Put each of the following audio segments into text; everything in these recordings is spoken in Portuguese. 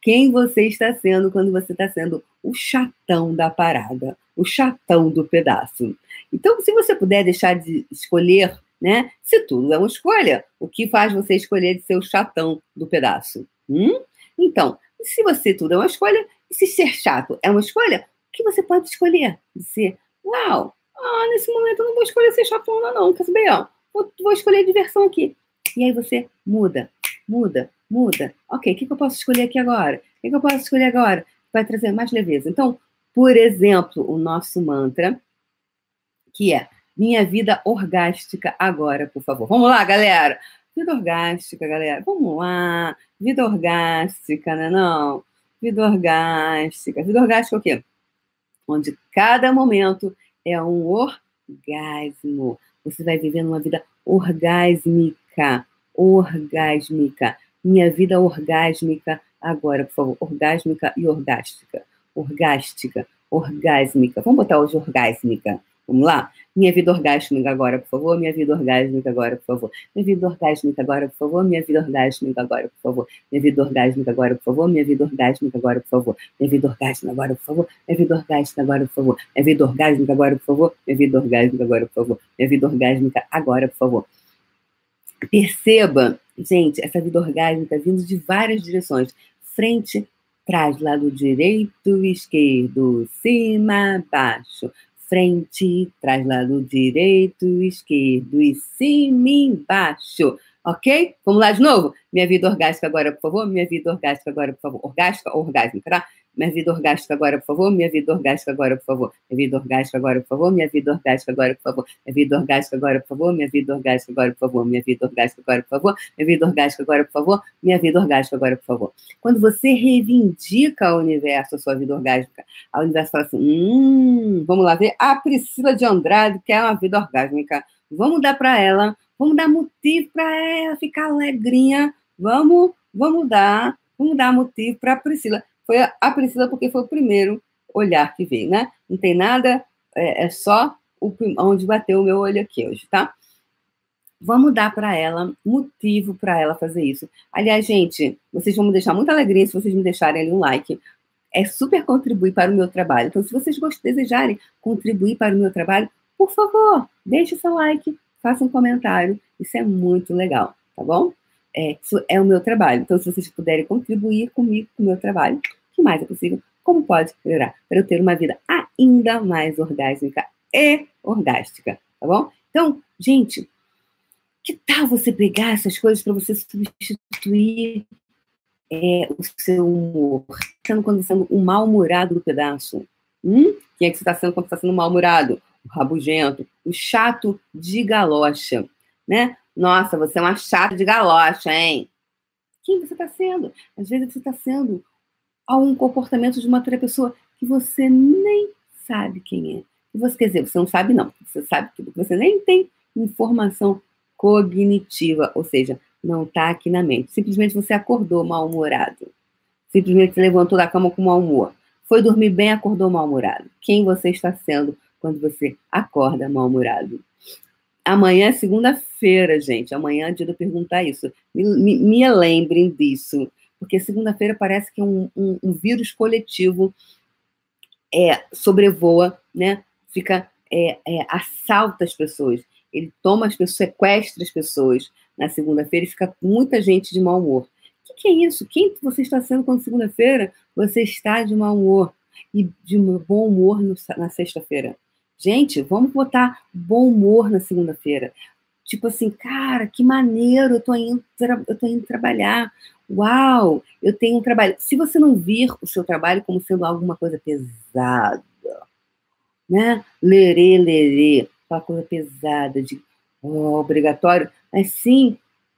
quem você está sendo quando você está sendo o chatão da parada, o chatão do pedaço. Então, se você puder deixar de escolher, né? Se tudo é uma escolha, o que faz você escolher de ser o chatão do pedaço? Então, se você tudo é uma escolha, e se ser chato é uma escolha, o que você pode escolher? Dizer, uau, nesse momento eu não vou escolher ser chatona não, quer saber? Vou escolher diversão aqui. E aí você muda. Ok, o que eu posso escolher aqui agora? O que eu posso escolher agora? Vai trazer mais leveza. Então, por exemplo, o nosso mantra, que é minha vida orgástica agora, por favor. Vamos lá, galera! Vida orgástica, galera. Vamos lá. Vida orgástica, né não? Vida orgástica. Vida orgástica é o quê? Onde cada momento é um orgasmo. Você vai vivendo uma vida orgásmica. Minha vida orgásmica agora, por favor. Orgásmica e orgástica. Orgásmica. Vamos botar hoje orgásmica. Vamos lá? Minha vida orgásmica agora, por favor. Minha vida orgásmica agora, por favor. Minha vida orgásmica agora, por favor. Minha vida orgásmica agora, por favor. Minha vida orgásmica agora, por favor. Minha vida orgásmica agora, por favor. Minha vida orgásmica agora, por favor. Minha vida orgásmica agora, por favor. Minha vida orgásmica agora, por favor. Minha vida orgásmica agora, por favor. Minha vida orgásmica agora, por favor. Perceba, gente, essa vida orgásmica vindo de várias direções. Frente, trás, lado direito, esquerdo, cima, baixo. Frente, trás, lado direito, esquerdo e cima e embaixo. Ok? Vamos lá de novo? Minha vida orgástica agora, por favor. Minha vida orgástica agora, por favor. Orgástica ou orgásmica, tá? Minha vida orgástica agora, por favor. Minha vida orgástica agora, por favor. Minha vida orgástica agora, por favor. Minha vida orgástica agora, por favor. Minha vida orgástica agora, por favor. Minha vida orgástica agora, por favor. Minha vida orgástica agora, por favor. Minha vida orgástica agora, por favor. Minha vida orgástica agora, por favor. Quando você reivindica ao universo a sua vida orgásmica, o universo fala assim, vamos lá ver a Priscila de Andrade, que é uma vida orgásmica. Vamos dar para ela, vamos dar motivo para ela ficar alegrinha. Vamos dar motivo para a Priscila. Foi a Priscila porque foi o primeiro olhar que veio, né? Não tem nada, é só onde bateu o meu olho aqui hoje, tá? Vamos dar para ela motivo para ela fazer isso. Aliás, gente, vocês vão me deixar muito alegria se vocês me deixarem ali um like. É super contribuir para o meu trabalho. Então, se vocês desejarem contribuir para o meu trabalho, por favor, deixe seu like, faça um comentário. Isso é muito legal, tá bom? Isso é o meu trabalho. Então, se vocês puderem contribuir comigo, com o meu trabalho, o que mais é possível? Como pode melhorar? Para eu ter uma vida ainda mais orgásmica e orgástica, tá bom? Então, gente, que tal você pegar essas coisas para você substituir o seu humor? Quando você está sendo um mal-humorado do pedaço. Quem é que você está sendo quando você está sendo mal-humorado? O rabugento, o chato de galocha, né? Nossa, você é uma chata de galocha, hein? Quem você está sendo? Às vezes você está sendo um comportamento de uma outra pessoa que você nem sabe quem é. Quer dizer, você não sabe não. Você sabe que você nem tem informação cognitiva, ou seja, não está aqui na mente. Simplesmente você acordou mal-humorado. Simplesmente você levantou da cama com mau humor. Foi dormir bem, acordou mal-humorado. Quem você está sendo quando você acorda mal-humorado? Amanhã é segunda-feira, gente. Amanhã é dia de eu perguntar isso. Me lembrem disso. Porque segunda-feira parece que um vírus coletivo sobrevoa, né? Assalta as pessoas. Ele toma as pessoas, sequestra as pessoas na segunda-feira e fica muita gente de mau humor. O que é isso? Quem você está sendo quando segunda-feira você está de mau humor e de bom humor na sexta-feira? Gente, vamos botar bom humor na segunda-feira. Tipo assim, cara, que maneiro, eu tô indo trabalhar. Uau, eu tenho um trabalho. Se você não vir o seu trabalho como sendo alguma coisa pesada, né? Lerê, aquela coisa pesada de obrigatório, mas sim,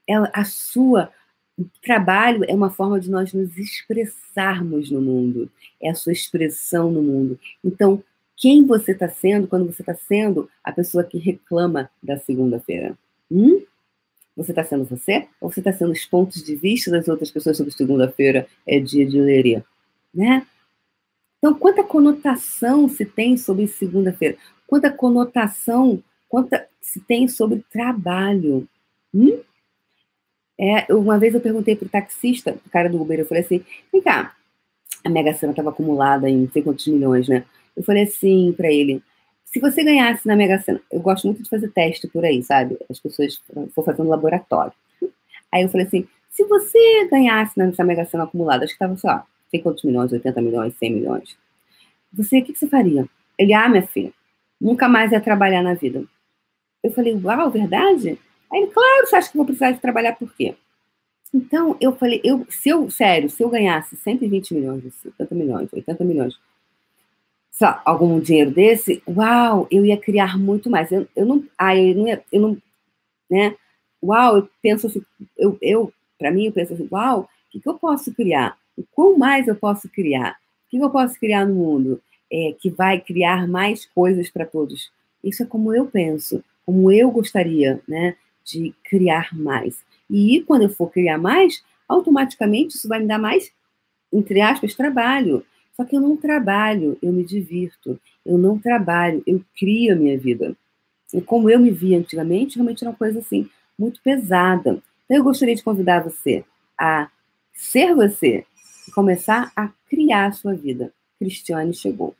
o trabalho é uma forma de nós nos expressarmos no mundo, é a sua expressão no mundo. Então, quem você está sendo quando você está sendo a pessoa que reclama da segunda-feira? Você está sendo você? Ou você está sendo os pontos de vista das outras pessoas sobre segunda-feira é dia de lerê, né? Então, quanta conotação se tem sobre segunda-feira? Quanta conotação se tem sobre trabalho? Uma vez eu perguntei pro taxista, pro cara do Uber, eu falei assim, vem cá, a Mega Sena estava acumulada em não sei quantos milhões, né? Eu falei assim pra ele, se você ganhasse na Mega Sena, eu gosto muito de fazer teste por aí, sabe? As pessoas for fazendo laboratório. Aí eu falei assim, se você ganhasse nessa Mega Sena acumulada, acho que estava, sei lá, sei quantos milhões, 80 milhões, 100 milhões, o que você faria? Ele, minha filha, nunca mais ia trabalhar na vida. Eu falei, uau, verdade? Aí ele, claro, você acha que eu vou precisar de trabalhar por quê? Então, eu falei, se eu ganhasse 120 milhões, 70 milhões, 80 milhões, só algum dinheiro desse, uau, eu ia criar muito mais. Eu não, né? Uau, eu penso assim, para mim, eu penso assim, uau, o que eu posso criar? O quão mais eu posso criar? O que eu posso criar no mundo que vai criar mais coisas para todos? Isso é como eu penso, como eu gostaria, né, de criar mais. E quando eu for criar mais, automaticamente isso vai me dar mais, entre aspas, trabalho. Só que eu não trabalho, eu me divirto. Eu não trabalho, eu crio a minha vida. E como eu me via antigamente, realmente era uma coisa assim, muito pesada. Então eu gostaria de convidar você a ser você e começar a criar a sua vida. Cristiane chegou.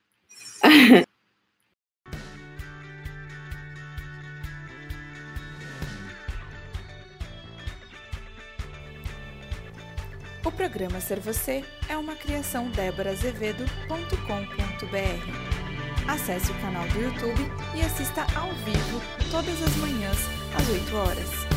O programa Ser Você é uma criação deboraazevedo.com.br. Acesse o canal do YouTube e assista ao vivo todas as manhãs às 8 horas.